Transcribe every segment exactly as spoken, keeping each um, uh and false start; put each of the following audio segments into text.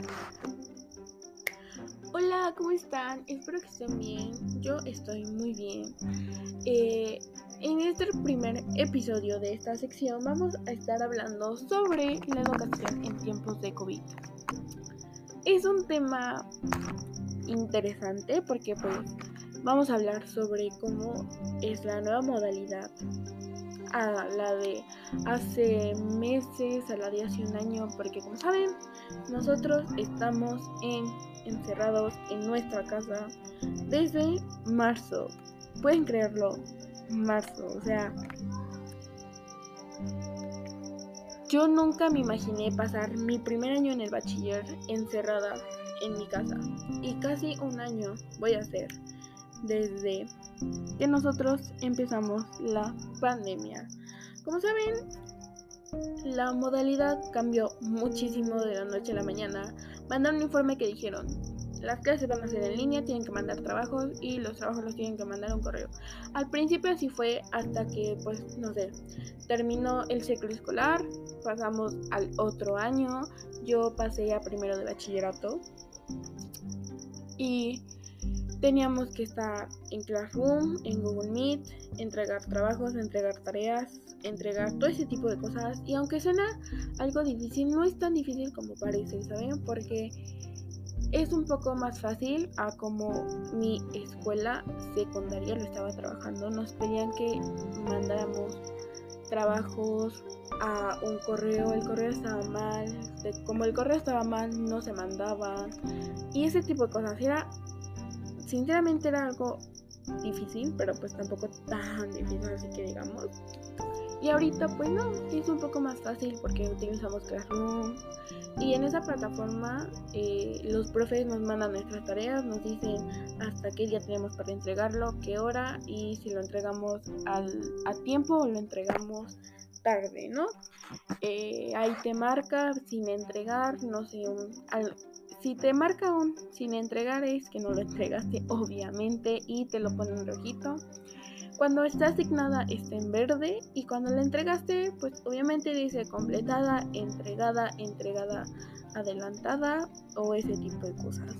Hola, ¿cómo están? Espero que estén bien. Yo estoy muy bien. Eh, en este primer episodio de esta sección vamos a estar hablando sobre la educación en tiempos de COVID. Es un tema interesante porque pues vamos a hablar sobre cómo es la nueva modalidad a la de hace meses, a la de hace un año, porque como saben, nosotros estamos en, encerrados en nuestra casa desde marzo. Pueden creerlo, marzo, o sea, yo nunca me imaginé pasar mi primer año en el bachiller encerrada en mi casa, y casi un año voy a hacer desde que nosotros empezamos la pandemia. Como saben, la modalidad cambió muchísimo de la noche a la mañana. Mandaron un informe que dijeron: las clases van a ser en línea, tienen que mandar trabajos y los trabajos los tienen que mandar a un correo. Al principio así fue hasta que, pues, no sé, terminó el ciclo escolar, pasamos al otro año, yo pasé a primero de bachillerato y teníamos que estar en Classroom, en Google Meet, entregar trabajos, entregar tareas, entregar todo ese tipo de cosas. Y aunque suena algo difícil, no es tan difícil como parece, ¿saben? Porque es un poco más fácil a como mi escuela secundaria lo estaba trabajando. Nos pedían que mandáramos trabajos a un correo, el correo estaba mal, como el correo estaba mal, no se mandaba. Y ese tipo de cosas. Era Sinceramente era algo difícil, pero pues tampoco tan difícil así que digamos. Y ahorita pues no, es un poco más fácil porque utilizamos Classroom y en esa plataforma eh, los profes nos mandan nuestras tareas, nos dicen hasta qué día tenemos para entregarlo, qué hora y si lo entregamos al, a tiempo o lo entregamos tarde, ¿no? Eh, ahí te marca sin entregar, no sé, un, al, si te marca un sin entregar es que no lo entregaste, obviamente, y te lo pone en rojito. Cuando está asignada está en verde y cuando la entregaste, pues obviamente dice completada, entregada, entregada, adelantada o ese tipo de cosas.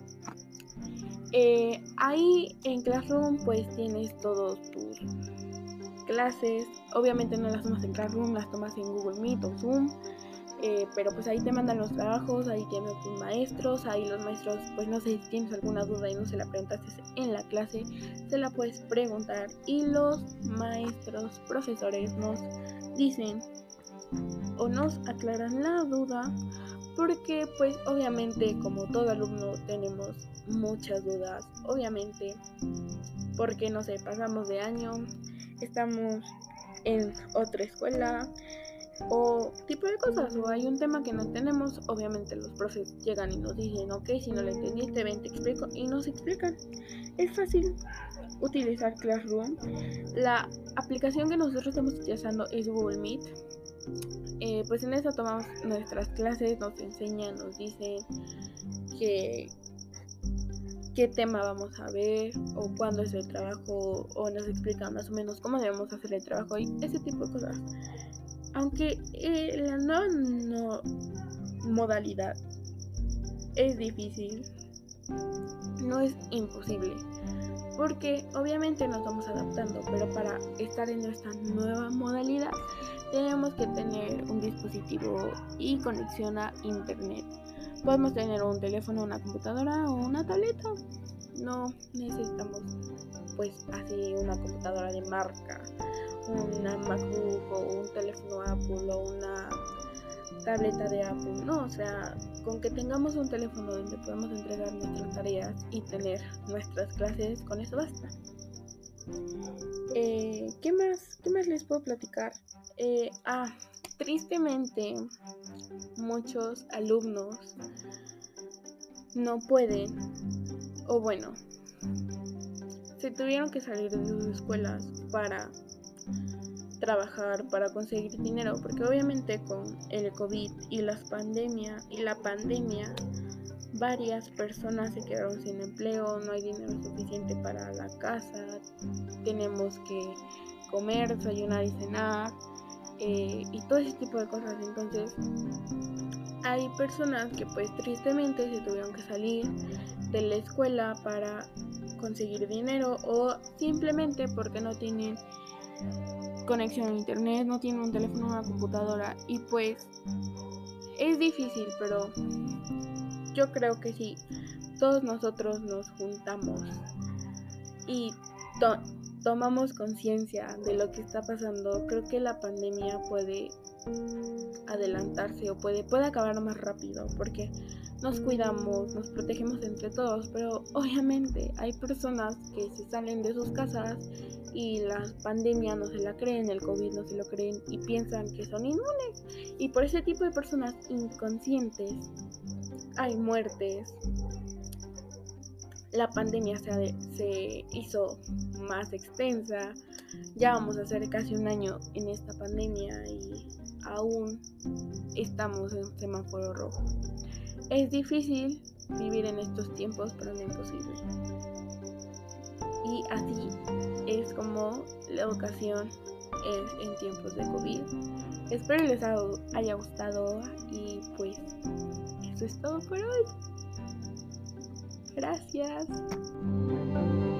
Eh, ahí en Classroom pues tienes todos tus clases, obviamente no las tomas en Classroom, las tomas en Google Meet o Zoom. Eh, pero pues ahí te mandan los trabajos, ahí tienes tus maestros, ahí los maestros, pues no sé si tienes alguna duda y no se la preguntaste en la clase, se la puedes preguntar y los maestros, profesores nos dicen o nos aclaran la duda, porque pues obviamente como todo alumno tenemos muchas dudas, obviamente, porque no sé, pasamos de año, estamos en otra escuela o tipo de cosas, o hay un tema que no tenemos, obviamente los profes llegan y nos dicen, ok, si no lo entendiste, ven, te explico, y nos explican. Es fácil utilizar Classroom. La aplicación que nosotros estamos utilizando es Google Meet. Eh, pues en esa tomamos nuestras clases, nos enseñan, nos dicen que qué tema vamos a ver o cuándo es el trabajo, o nos explican más o menos cómo debemos hacer el trabajo y ese tipo de cosas. Aunque eh, la nueva no, modalidad es difícil, no es imposible, porque obviamente nos vamos adaptando, pero para estar en nuestra nueva modalidad tenemos que tener un dispositivo y conexión a internet. Podemos tener un teléfono, una computadora o una tableta. No necesitamos pues así una computadora de marca, una MacBook o un teléfono Apple o una tableta de Apple, no, o sea, con que tengamos un teléfono donde podamos entregar nuestras tareas y tener nuestras clases, con eso basta. Eh, ¿qué más? ¿Qué más les puedo platicar? Eh, ah, tristemente, muchos alumnos no pueden, o bueno, se tuvieron que salir de sus escuelas para trabajar, para conseguir dinero, porque obviamente con el COVID y las pandemia y la pandemia varias personas se quedaron sin empleo, no hay dinero suficiente para la casa, tenemos que comer, desayunar y cenar. eh, y todo ese tipo de cosas. Entonces hay personas que pues tristemente se tuvieron que salir de la escuela para conseguir dinero o simplemente porque no tienen conexión a internet, no tienen un teléfono o una computadora, y pues es difícil, pero yo creo que si todos nosotros nos juntamos y to- tomamos conciencia de lo que está pasando, creo que la pandemia puede adelantarse o puede, puede acabar más rápido, porque nos cuidamos, nos protegemos entre todos, pero obviamente hay personas que se salen de sus casas y la pandemia no se la creen, el COVID no se lo creen y piensan que son inmunes, y por ese tipo de personas inconscientes hay muertes. La pandemia se, se hizo más extensa, ya vamos a hacer casi un año en esta pandemia y aún estamos en semáforo rojo. Es difícil vivir en estos tiempos, pero no imposible. Y así es como la educación es en tiempos de COVID. Espero les haya gustado y pues eso es todo por hoy. Gracias.